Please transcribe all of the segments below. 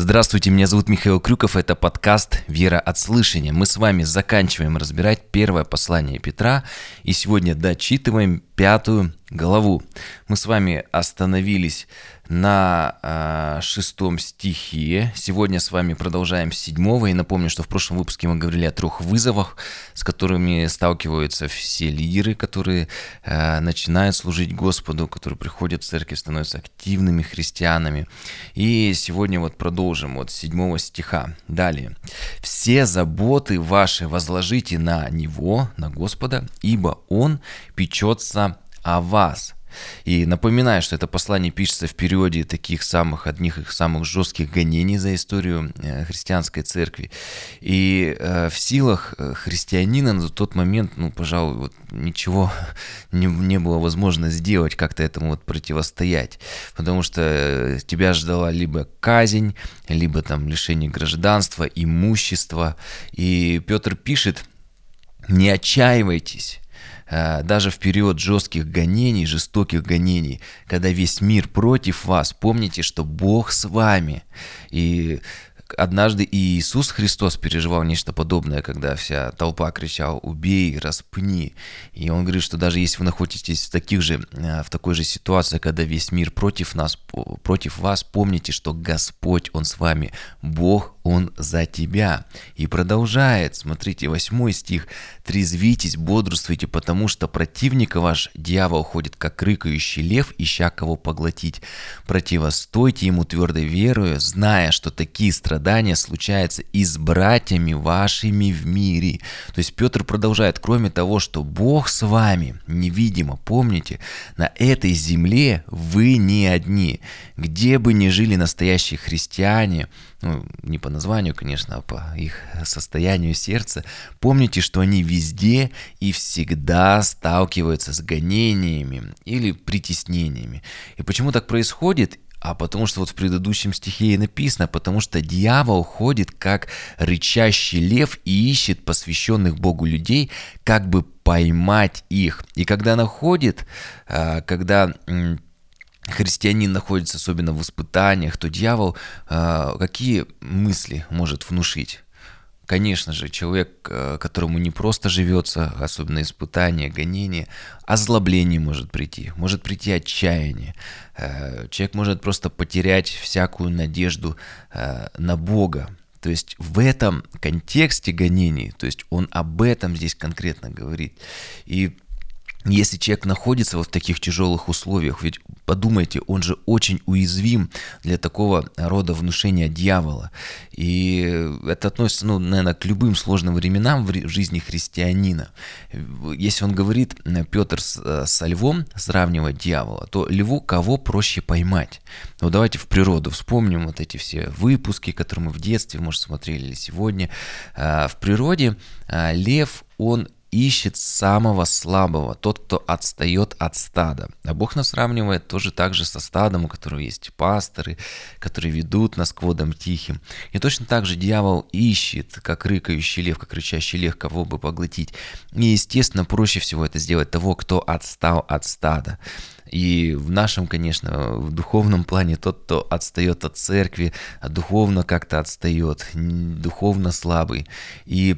Здравствуйте, меня зовут Михаил Крюков, это подкаст «Вера от слышания». Мы с вами заканчиваем разбирать первое послание Петра, и сегодня дочитываем 5 главу. Мы с вами остановились на 6 стихе, сегодня с вами продолжаем с 7, и напомню, что в прошлом выпуске мы говорили о 3 вызовах, с которыми сталкиваются все лидеры, которые начинают служить Господу, которые приходят в церковь, становятся активными христианами. И сегодня вот продолжим от 7 стиха. Далее. «Все заботы ваши возложите на Него, на Господа, ибо Он печется о вас». И напоминаю, что это послание пишется в периоде одних из самых жестких гонений за историю христианской церкви. И в силах христианина на тот момент, пожалуй, вот ничего не было возможно сделать, как-то этому вот противостоять. Потому что тебя ждала либо казнь, либо там лишение гражданства, имущества. И Петр пишет: «Не отчаивайтесь». Даже в период жестких гонений, жестоких гонений, когда весь мир против вас, помните, что Бог с вами. И однажды и Иисус Христос переживал нечто подобное, когда вся толпа кричала: «Убей, распни». И Он говорит, что даже если вы находитесь в такой же ситуации, когда весь мир против вас, помните, что Господь, Он с вами, Бог, Он за тебя. И продолжает, смотрите, 8 стих: «Трезвитесь, бодрствуйте, потому что противник ваш, дьявол, ходит, как рыкающий лев, ища кого поглотить. Противостойте ему твердой верою, зная, что такие страдания случаются и с братьями вашими в мире». То есть Петр продолжает: кроме того, что Бог с вами невидимо, помните, на этой земле вы не одни. Где бы ни жили настоящие христиане, не по названию, конечно, а по их состоянию сердца, помните, что они везде и всегда сталкиваются с гонениями или притеснениями. И почему так происходит? А потому что вот в предыдущем стихе и написано: потому что дьявол ходит, как рычащий лев, и ищет посвященных Богу людей, как бы поймать их. И когда находит, когда христианин находится особенно в испытаниях, то дьявол какие мысли может внушить? Конечно же, человек, которому не просто живется, особенно испытания, гонения, озлобление может прийти отчаяние. Человек может просто потерять всякую надежду на Бога. То есть в этом контексте гонений, то есть он об этом здесь конкретно говорит. И если человек находится вот в таких тяжелых условиях, ведь подумайте, он же очень уязвим для такого рода внушения дьявола. И это относится, наверное, к любым сложным временам в жизни христианина. Если он говорит, Петр, со львом сравнивает дьявола, то льву кого проще поймать? Давайте в природу вспомним вот эти все выпуски, которые мы в детстве, может, смотрели или сегодня. В природе лев, он ищет самого слабого, тот, кто отстает от стада. А Бог нас сравнивает тоже так же со стадом, у которого есть пасторы, которые ведут нас к водам тихим. И точно так же дьявол ищет, как рыкающий лев, как рычащий лев, кого бы поглотить. И, естественно, проще всего это сделать того, кто отстал от стада. И в нашем, конечно, в духовном плане тот, кто отстает от церкви, духовно как-то отстает, духовно слабый. И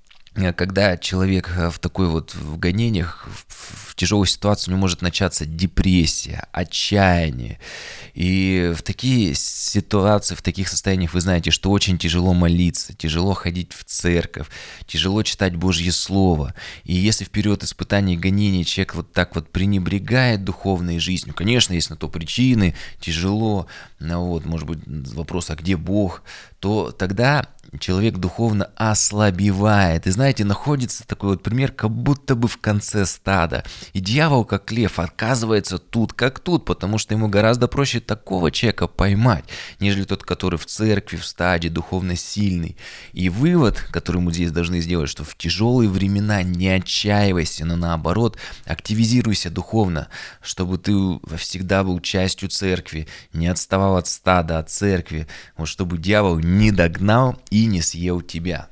когда человек в такой вот в гонениях, в тяжелой ситуации, у него может начаться депрессия, отчаяние. И в такие ситуации, в таких состояниях вы знаете, что очень тяжело молиться, тяжело ходить в церковь, тяжело читать Божье Слово. И если в период испытаний и гонений человек вот так вот пренебрегает духовной жизнью, конечно, есть на то причины, тяжело, может быть вопрос, а где Бог, то тогда человек духовно ослабевает. И знаете, находится такой вот пример, как будто бы в конце стада. И дьявол, как лев, оказывается тут, как тут, потому что ему гораздо проще такого человека поймать, нежели тот, который в церкви, в стаде, духовно сильный. И вывод, который мы здесь должны сделать, что в тяжелые времена не отчаивайся, но наоборот, активизируйся духовно, чтобы ты всегда был частью церкви, не отставал от стада, от церкви, чтобы дьявол не догнал и не съел тебя.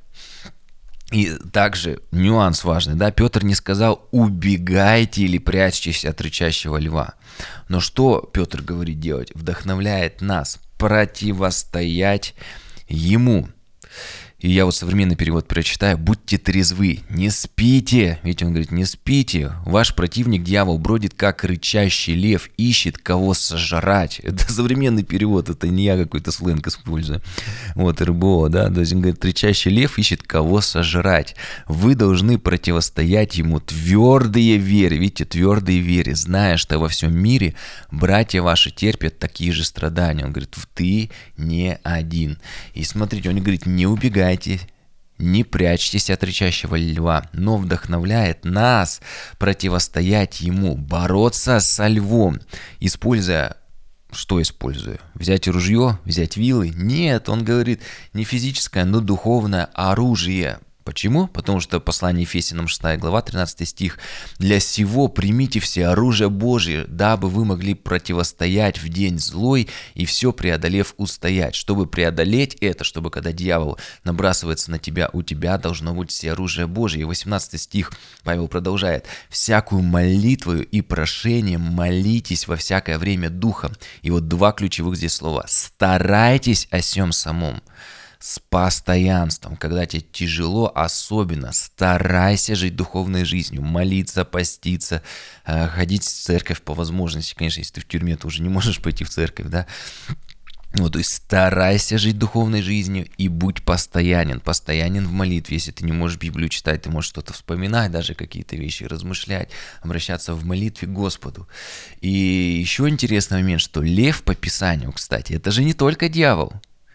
И также нюанс важный, да, Петр не сказал «убегайте или прячьтесь от рычащего льва». Но что Петр говорит делать? Вдохновляет нас. противостоять ему. И я вот современный перевод прочитаю. Будьте трезвы, не спите. Видите, он говорит, не спите. Ваш противник, дьявол, бродит, как рычащий лев, ищет кого сожрать. Это современный перевод, это не я какой-то сленг использую. Вот, РБО, да. То есть он говорит, рычащий лев ищет кого сожрать. Вы должны противостоять ему твердые вере. Видите, твердые вере, зная, что во всем мире братья ваши терпят такие же страдания. Он говорит, ты не один. И смотрите, он говорит, не убегай. Не прячьтесь от рычащего льва, но вдохновляет нас противостоять ему, бороться со львом, используя, что используя? Взять ружье, взять вилы? Нет, он говорит, не физическое, но духовное оружие. Почему? Потому что послание Ефесянам 6 глава, 13 стих. «Для сего примите все оружие Божие, дабы вы могли противостоять в день злой и все преодолев устоять». Чтобы преодолеть это, чтобы когда дьявол набрасывается на тебя, у тебя должно быть все оружие Божие. И 18 стих Павел продолжает. «Всякую молитву и прошение молитесь во всякое время Духом». И вот два ключевых здесь слова. «Старайтесь о сем самом». С постоянством, когда тебе тяжело, особенно старайся жить духовной жизнью, молиться, поститься, ходить в церковь по возможности. Конечно, если ты в тюрьме, то уже не можешь пойти в церковь, да? Вот, то есть старайся жить духовной жизнью и будь постоянен в молитве. Если ты не можешь Библию читать, ты можешь что-то вспоминать, даже какие-то вещи размышлять, обращаться в молитве к Господу. И еще интересный момент, что лев по Писанию, кстати, это же не только дьявол.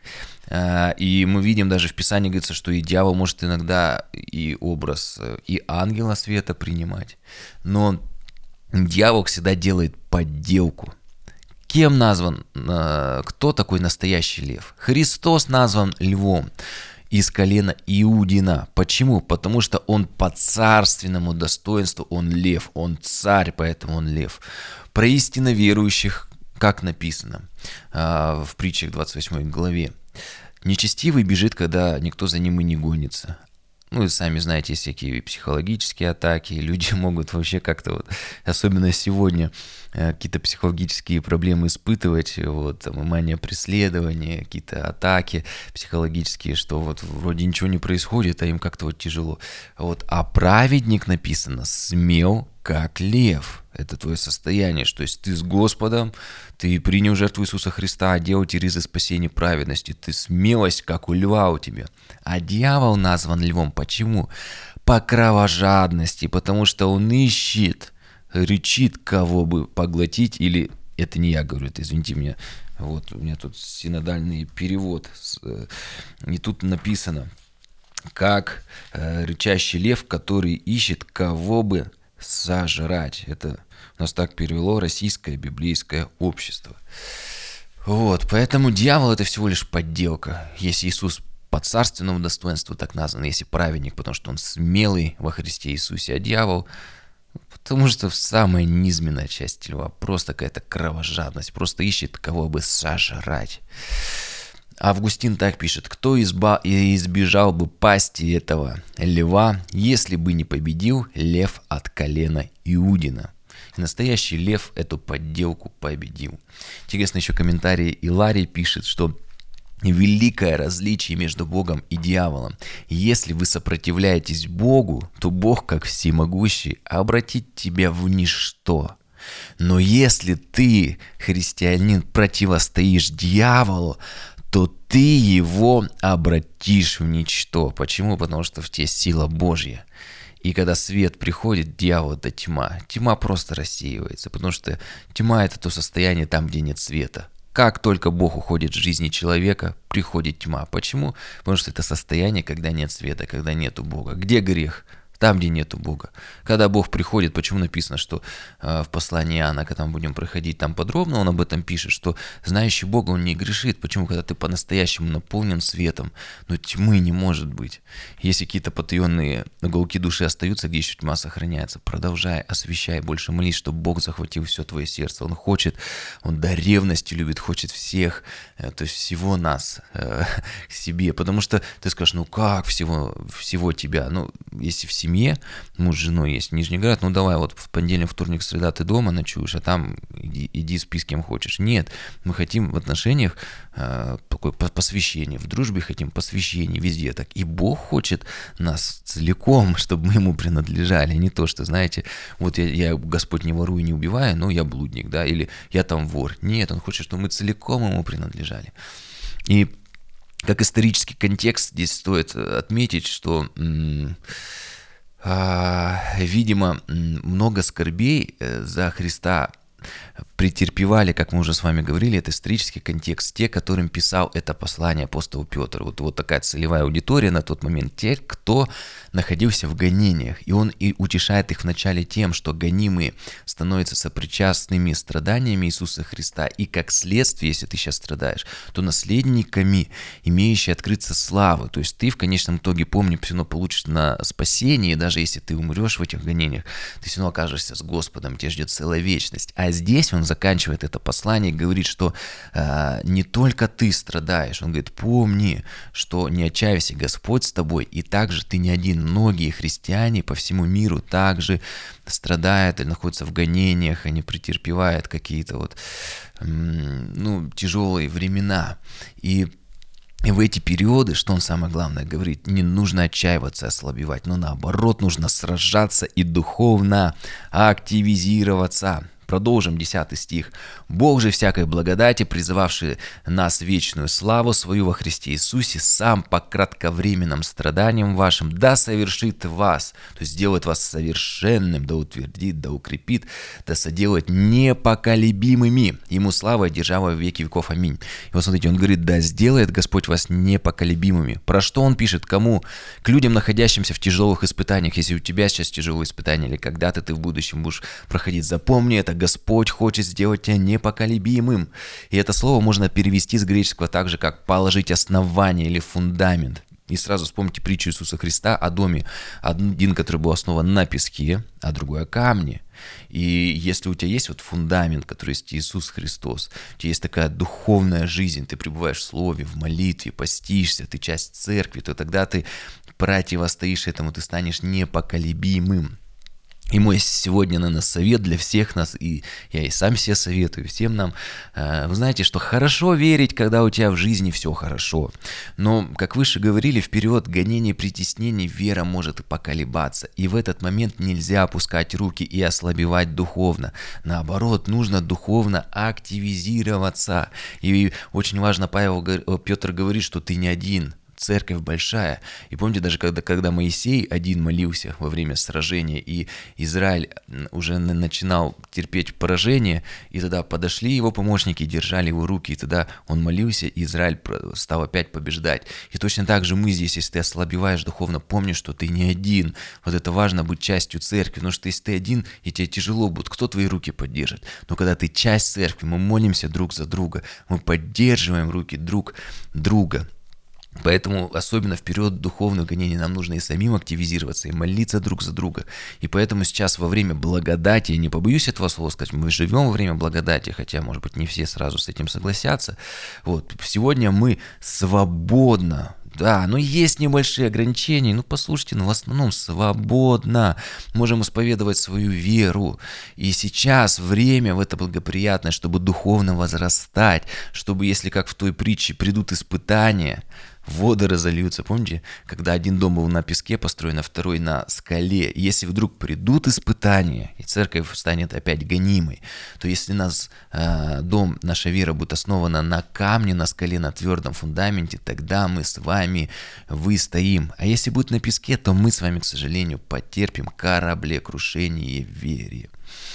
И мы видим даже в Писании говорится, что и дьявол может иногда и образ и ангела света принимать. Но дьявол всегда делает подделку. Кем назван, кто такой настоящий лев? Христос назван львом из колена Иудина. Почему? Потому что он по царственному достоинству, он лев, он царь, поэтому он лев. Про истинно верующих, как написано в притчах 28 главе. Нечестивый бежит, когда никто за ним и не гонится. Ну, и сами знаете, есть всякие психологические атаки, люди могут вообще как-то, вот, особенно сегодня, какие-то психологические проблемы испытывать, вот, там, мания преследования, какие-то атаки психологические, что вот вроде ничего не происходит, а им как-то вот тяжело. Вот, а праведник написано смел, как лев. Это твое состояние, что есть ты с Господом, ты принял жертву Иисуса Христа, одел эти ризы спасения праведности, ты смелость, как у льва у тебя. А дьявол назван львом. Почему? По кровожадности, потому что он ищет, рычит, кого бы поглотить, или, это не я говорю, это извините меня, вот у меня тут синодальный перевод, и тут написано, как рычащий лев, который ищет, кого бы сожрать. Это у нас так перевело российское библейское общество. Вот, поэтому дьявол это всего лишь подделка. Если Иисус по царственному достоинству так назван, если праведник, потому что он смелый во Христе Иисусе, а дьявол, потому что самая низменная часть льва, просто какая-то кровожадность, просто ищет кого бы сожрать. Августин так пишет: кто избежал бы пасти этого льва, если бы не победил лев от колена Иудина? И настоящий лев эту подделку победил. Интересно, еще комментарий Иларий пишет, что великое различие между Богом и дьяволом. Если вы сопротивляетесь Богу, то Бог, как всемогущий, обратит тебя в ничто. Но если ты, христианин, противостоишь дьяволу, то ты его обратишь в ничто. Почему? Потому что в тебе сила Божья. И когда свет приходит, дьявол — это тьма. Тьма просто рассеивается, потому что тьма — это то состояние там, где нет света. Как только Бог уходит в жизни человека, приходит тьма. Почему? Потому что это состояние, когда нет света, когда нету Бога. Где грех? Там, где нету Бога. Когда Бог приходит, почему написано, что в послании Иоанна, когда мы будем проходить там подробно, он об этом пишет, что знающий Бога, он не грешит. Почему? Когда ты по-настоящему наполнен светом, но тьмы не может быть. Если какие-то потаенные уголки души остаются, где еще тьма сохраняется, продолжай, освещай, больше молись, чтобы Бог захватил все твое сердце. Он хочет, он до ревности любит, хочет всех, то есть всего нас к себе. Потому что ты скажешь, ну как всего тебя? Ну, если все семье, муж с женой есть, они же не говорят, ну давай, вот в понедельник, вторник, среда ты дома ночуешь, а там иди спи с кем хочешь. Нет, мы хотим в отношениях такое посвящение, в дружбе хотим посвящение, везде так. И Бог хочет нас целиком, чтобы мы Ему принадлежали, не то, что, знаете, вот я Господь, не ворую, не убиваю, но я блудник, да, или я там вор. Нет, Он хочет, чтобы мы целиком Ему принадлежали. И как исторический контекст здесь стоит отметить, что, видимо, много скорбей за Христа претерпевали, как мы уже с вами говорили, это исторический контекст, те, которым писал это послание апостол Петр. Вот такая целевая аудитория на тот момент, те, кто находился в гонениях. И он и утешает их вначале тем, что гонимые становятся сопричастными страданиями Иисуса Христа, и как следствие, если ты сейчас страдаешь, то наследниками, имеющие открыться славы. То есть ты в конечном итоге, помни, все равно получишь на спасение, даже если ты умрешь в этих гонениях, ты все равно окажешься с Господом, тебя ждет целая вечность. А здесь он заканчивает это послание и говорит, что не только ты страдаешь. Он говорит, помни, что не отчаивайся, Господь с тобой, и также ты не один. Многие христиане по всему миру также страдают или находятся в гонениях, они претерпевают какие-то вот тяжелые времена. И в эти периоды, что он самое главное говорит, не нужно отчаиваться, ослабевать, но наоборот, нужно сражаться и духовно активизироваться. Продолжим 10 стих. «Бог же всякой благодати, призывавший нас в вечную славу свою во Христе Иисусе, сам по кратковременным страданиям вашим, да совершит вас», то есть сделает вас совершенным, да утвердит, да укрепит, да соделает непоколебимыми. Ему слава и держава в веки веков. Аминь. И вот смотрите, он говорит, да сделает Господь вас непоколебимыми. Про что он пишет? Кому? К людям, находящимся в тяжелых испытаниях. Если у тебя сейчас тяжелые испытания, или когда-то ты в будущем будешь проходить, запомни это, Господь хочет сделать тебя непоколебимым. И это слово можно перевести с греческого так же, как положить основание или фундамент. И сразу вспомните притчу Иисуса Христа о доме. Один, который был основан на песке, а другой о камне. И если у тебя есть вот фундамент, который есть Иисус Христос, у тебя есть такая духовная жизнь, ты пребываешь в слове, в молитве, постишься, ты часть церкви, то тогда ты противостоишь этому, ты станешь непоколебимым. И мой сегодня, наверное, совет для всех нас, и я и сам себе советую, всем нам, вы знаете, что хорошо верить, когда у тебя в жизни все хорошо. Но, как выше говорили, в период гонений и притеснений вера может и поколебаться. И в этот момент нельзя опускать руки и ослабевать духовно. Наоборот, нужно духовно активизироваться. И очень важно, Петр говорит, что ты не один. Церковь большая. И помните, даже когда Моисей один молился во время сражения, и Израиль уже начинал терпеть поражение, и тогда подошли его помощники, держали его руки, и тогда он молился, и Израиль стал опять побеждать. И точно так же мы здесь, если ты ослабеваешь духовно, помни, что ты не один. Вот это важно быть частью церкви, потому что если ты один, и тебе тяжело будет, кто твои руки поддержит? Но когда ты часть церкви, мы молимся друг за друга, мы поддерживаем руки друг друга. Поэтому, особенно в период духовных гонений, нам нужно и самим активизироваться, и молиться друг за друга. И поэтому сейчас во время благодати, я не побоюсь этого слова сказать, мы живем во время благодати, хотя, может быть, не все сразу с этим согласятся. Вот. Сегодня мы свободно, да, но есть небольшие ограничения, послушайте, в основном свободно можем исповедовать свою веру. И сейчас время в это благоприятное, чтобы духовно возрастать, чтобы, если как в той притче придут испытания, воды разольются. Помните, когда один дом был на песке построен, а второй на скале. И если вдруг придут испытания, и церковь станет опять гонимой, то если наша вера будет основана на камне, на скале, на твердом фундаменте, тогда мы с вами выстоим. А если будет на песке, то мы с вами, к сожалению, потерпим кораблекрушение в вере.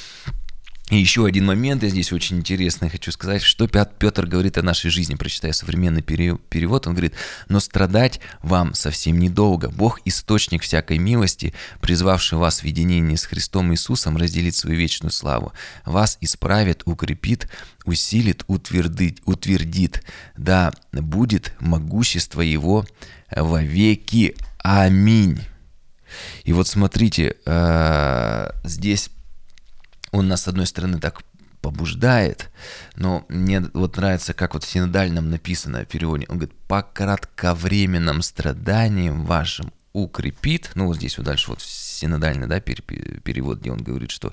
И еще один момент, я здесь очень интересный хочу сказать, что Петр говорит о нашей жизни, прочитая современный перевод, он говорит, «Но страдать вам совсем недолго. Бог, источник всякой милости, призвавший вас в единении с Христом Иисусом, разделит свою вечную славу. Вас исправит, укрепит, усилит, утвердит. Да будет могущество Его вовеки. Аминь». И вот смотрите, здесь он нас, с одной стороны, так побуждает, но мне вот нравится, как в синодальном написано в переводе. Он говорит, по кратковременным страданиям вашим укрепит, ну вот здесь вот дальше вот синодальный, да, перевод, где он говорит, что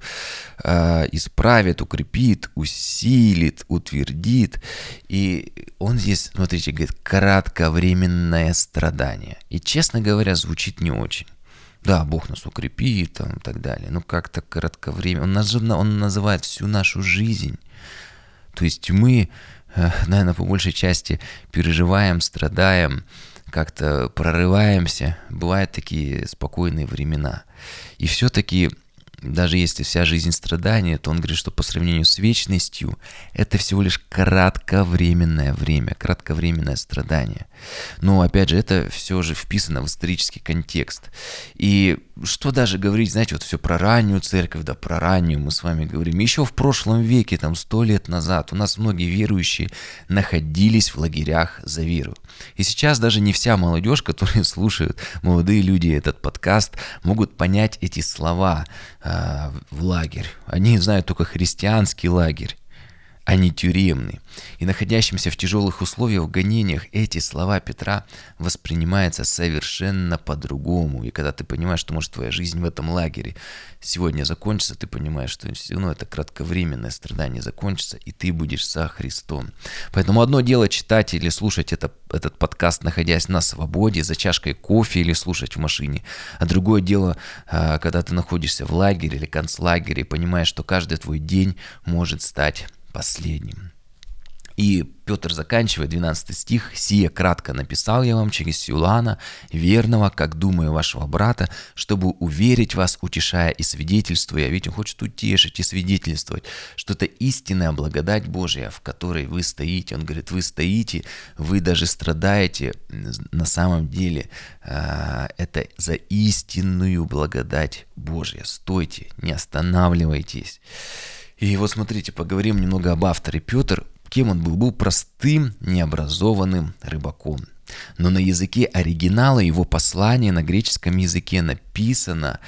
исправит, укрепит, усилит, утвердит. И он здесь, смотрите, говорит, кратковременное страдание. И, честно говоря, звучит не очень. Да, Бог нас укрепит там, и так далее. Но как-то кратковременно. Он называет всю нашу жизнь. То есть мы, наверное, по большей части переживаем, страдаем, как-то прорываемся. Бывают такие спокойные времена. И все-таки, даже если вся жизнь страдания, то он говорит, что по сравнению с вечностью это всего лишь кратковременное время, кратковременное страдание. Но, опять же, это все же вписано в исторический контекст. И что даже говорить, знаете, вот все про раннюю церковь, да, про раннюю мы с вами говорим. Еще в прошлом веке, там, 100 лет назад, у нас многие верующие находились в лагерях за веру. И сейчас даже не вся молодежь, которые слушают, молодые люди, этот подкаст, могут понять эти слова в лагерь. Они знают только христианский лагерь, а не тюремный. И находящимся в тяжелых условиях, в гонениях, эти слова Петра воспринимаются совершенно по-другому. И когда ты понимаешь, что, может, твоя жизнь в этом лагере сегодня закончится, ты понимаешь, что это кратковременное страдание закончится, и ты будешь со Христом. Поэтому одно дело читать или слушать этот подкаст, находясь на свободе, за чашкой кофе или слушать в машине. А другое дело, когда ты находишься в лагере или концлагере, и понимаешь, что каждый твой день может стать последним. И Петр заканчивает 12 стих. «Сие кратко написал я вам через Силуана, верного, как думаю, вашего брата, чтобы уверить вас, утешая и свидетельствуя». Ведь он хочет утешить и свидетельствовать, что это истинная благодать Божья, в которой вы стоите. Он говорит, вы стоите, вы даже страдаете. На самом деле это за истинную благодать Божья. Стойте, не останавливайтесь. И вот смотрите, поговорим немного об авторе. Петр, кем он был? Был простым, необразованным рыбаком. Но на языке оригинала его послание на греческом языке написано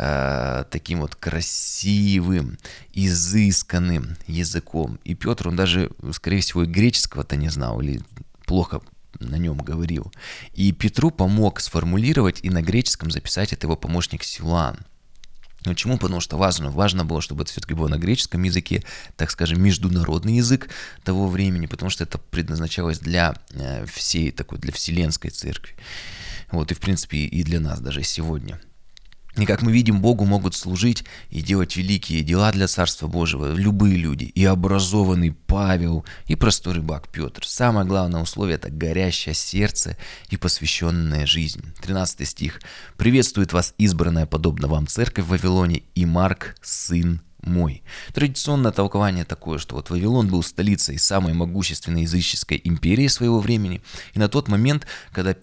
таким вот красивым, изысканным языком. И Петр, он даже, скорее всего, и греческого-то не знал или плохо на нем говорил. И Петру помог сформулировать и на греческом записать это его помощник Силуан. Почему? Потому что важно было, чтобы это все-таки было на греческом языке, так скажем, международный язык того времени, потому что это предназначалось для всей такой, для вселенской церкви. Вот, и в принципе и для нас даже сегодня. И как мы видим, Богу могут служить и делать великие дела для Царства Божьего любые люди. И образованный Павел, и простой рыбак Петр. Самое главное условие – это горящее сердце и посвященная жизнь. 13 стих. «Приветствует вас избранная, подобно вам, церковь в Вавилоне, и Марк, сын мой». Традиционное толкование такое, что вот Вавилон был столицей самой могущественной языческой империи своего времени. И на тот момент, когда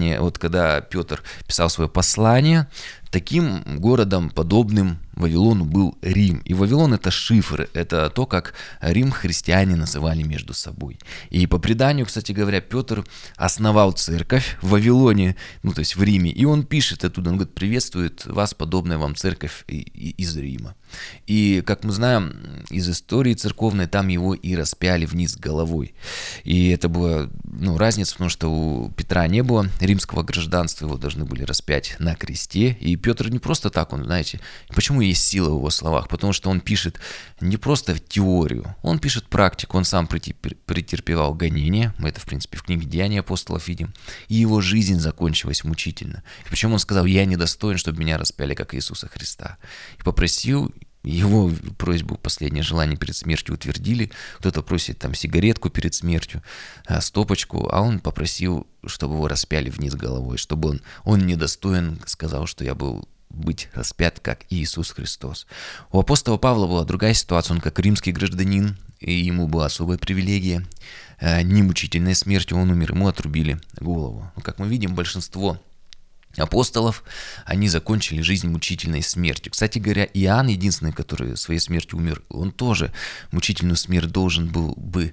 когда Петр писал свое послание, таким городом, подобным Вавилону, был Рим. И Вавилон — это шифр, это то, как Рим христиане называли между собой. И по преданию, кстати говоря, Петр основал церковь в Вавилоне, то есть в Риме, и он пишет оттуда, он говорит, приветствует вас, подобная вам церковь из Рима. И, как мы знаем из истории церковной, там его и распяли вниз головой. И это была разница, потому что у Петра не было римского гражданства, его должны были распять на кресте. И Петр не просто так, почему есть сила в его словах? Потому что он пишет не просто теорию, он пишет практику, он сам претерпевал гонения, мы это, в принципе, в книге «Деяния апостолов» видим, и его жизнь закончилась мучительно. И причем он сказал, я недостоин, чтобы меня распяли, как Иисуса Христа. И попросил, его просьбу, последнее желание перед смертью утвердили. Кто-то просит там сигаретку перед смертью, стопочку, а он попросил, чтобы его распяли вниз головой, чтобы он недостоин, сказал, что я был быть распят, как Иисус Христос. У апостола Павла была другая ситуация, он как римский гражданин, и ему была особая привилегия, не мучительной смертью он умер, ему отрубили голову. Но, как мы видим, большинство апостолов, они закончили жизнь мучительной смертью. Кстати говоря, Иоанн, единственный, который своей смертью умер, он тоже мучительную смерть должен был бы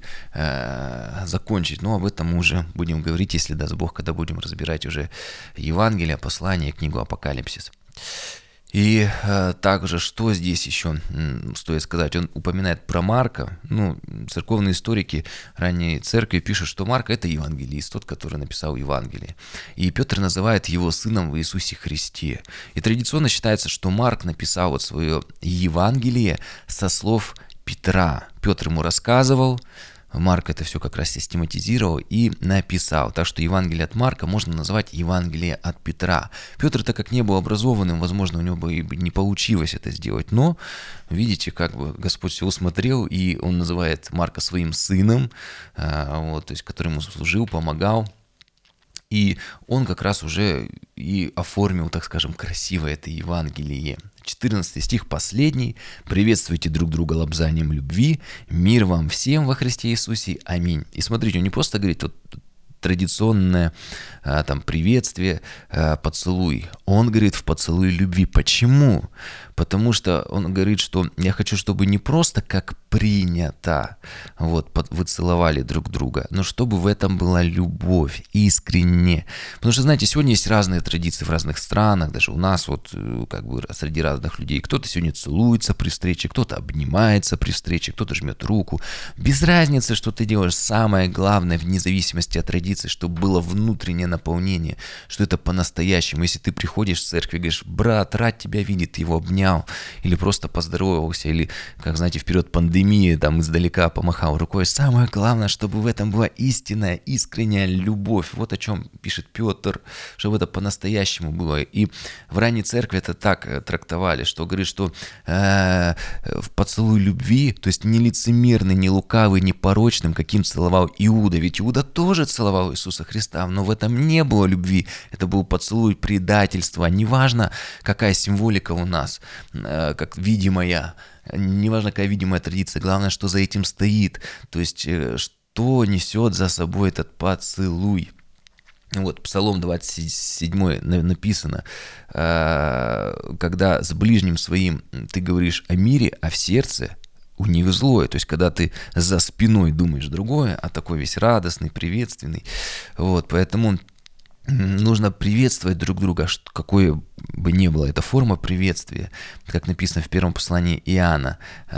закончить. Но об этом мы уже будем говорить, если даст Бог, когда будем разбирать уже Евангелие, послание, книгу Апокалипсис. И также, что здесь еще стоит сказать, он упоминает про Марка. Ну, церковные историки ранней церкви пишут, что Марк — это евангелист, тот, который написал Евангелие. И Петр называет его сыном в Иисусе Христе. И традиционно считается, что Марк написал вот свое Евангелие со слов Петра. Петр ему рассказывал, Марк это все как раз систематизировал и написал. Так что Евангелие от Марка можно назвать Евангелие от Петра. Петр, так как не был образованным, возможно, у него бы и не получилось это сделать. Но, видите, как бы Господь все усмотрел, и он называет Марка своим сыном, вот, то есть, который ему служил, помогал. И он как раз уже и оформил, так скажем, красиво это Евангелие. 14 стих последний. «Приветствуйте друг друга лобзанием любви. Мир вам всем во Христе Иисусе. Аминь». И смотрите, он не просто говорит вот традиционное там приветствие, поцелуй. Он говорит в поцелуе любви. Почему? Потому что он говорит, что я хочу, чтобы не просто как принято, вот, вы целовали друг друга, но чтобы в этом была любовь, искренне. Потому что, знаете, сегодня есть разные традиции в разных странах, даже у нас вот как бы среди разных людей. Кто-то сегодня целуется при встрече, кто-то обнимается при встрече, кто-то жмет руку. Без разницы, что ты делаешь. Самое главное, вне зависимости от традиции, чтобы было внутреннее наполнение, что это по-настоящему. Если ты приходишь в церковь и говоришь: брат, рад тебя видеть, ты его обнял, или просто поздоровался, или, как знаете, в период пандемии, там издалека помахал рукой. Самое главное, чтобы в этом была истинная, искренняя любовь. Вот о чем пишет Петр, чтобы это по-настоящему было. И в ранней церкви это так трактовали, что говорит, что в поцелуй любви, то есть не лицемерный, не лукавый, не порочным, каким целовал Иуда. Ведь Иуда тоже целовал Иисуса Христа, но в этом не было любви. Это был поцелуй предательства. Неважно, какая символика у нас, как видимая, неважно, какая видимая традиция, главное, что за этим стоит, то есть что несет за собой этот поцелуй. Вот, Псалом 27 написано, когда с ближним своим ты говоришь о мире, а в сердце у них злое. То есть, когда ты за спиной думаешь другое, а такой весь радостный, приветственный. Вот, поэтому нужно приветствовать друг друга, какой бы ни была эта форма приветствия, как написано в первом послании Иоанна,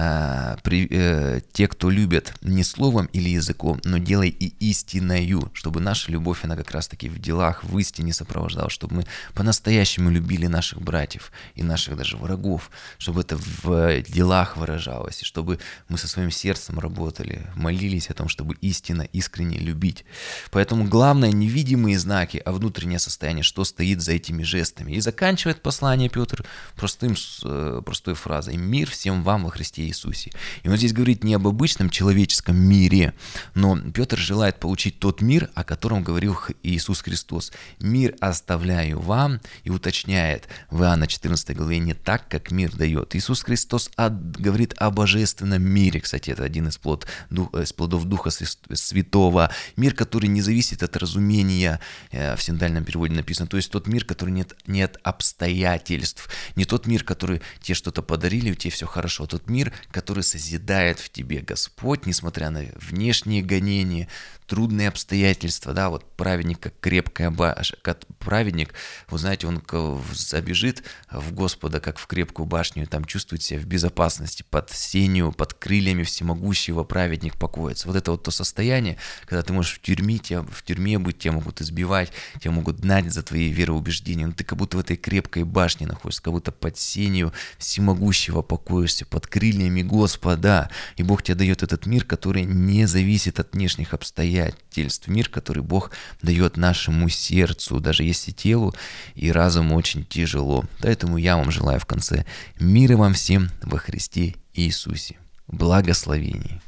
те, кто любят не словом или языком, но делай и истинною, чтобы наша любовь, она как раз-таки в делах, в истине сопровождалась, чтобы мы по-настоящему любили наших братьев и наших даже врагов, чтобы это в делах выражалось, и чтобы мы со своим сердцем работали, молились о том, чтобы истинно, искренне любить. Поэтому главное не видимые знаки, а внутреннее состояние, что стоит за этими жестами. И заканчивает послание Петр простой фразой: «Мир всем вам во Христе Иисусе». И он здесь говорит не об обычном человеческом мире, но Петр желает получить тот мир, о котором говорил Иисус Христос. «Мир оставляю вам», и уточняет в Иоанна 14 главе: «не так, как мир дает». Иисус Христос говорит о божественном мире. Кстати, это один из плодов Духа Святого. Мир, который не зависит от разумения, в синодальном переводе написано, то есть тот мир, который нет обстоятельств, не тот мир, который тебе что-то подарили, у тебя все хорошо, а тот мир, который созидает в тебе Господь, несмотря на внешние гонения, трудные обстоятельства, да, вот праведник как крепкая башня, праведник, вот знаете, он забежит в Господа, как в крепкую башню, и там чувствует себя в безопасности, под сенью, под крыльями всемогущего праведник покоится. Вот это вот то состояние, когда ты можешь в тюрьме быть, тебя могут избивать, тебя могут гнать за твои вероубеждения, но ты как будто в этой крепкой башне находишься, как будто под сенью всемогущего покоишься, под крыльями Господа, и Бог тебе дает этот мир, который не зависит от внешних обстоятельств, мир, который Бог дает нашему сердцу, даже если телу и разуму очень тяжело. Поэтому я вам желаю в конце мира вам всем во Христе Иисусе. Благословений.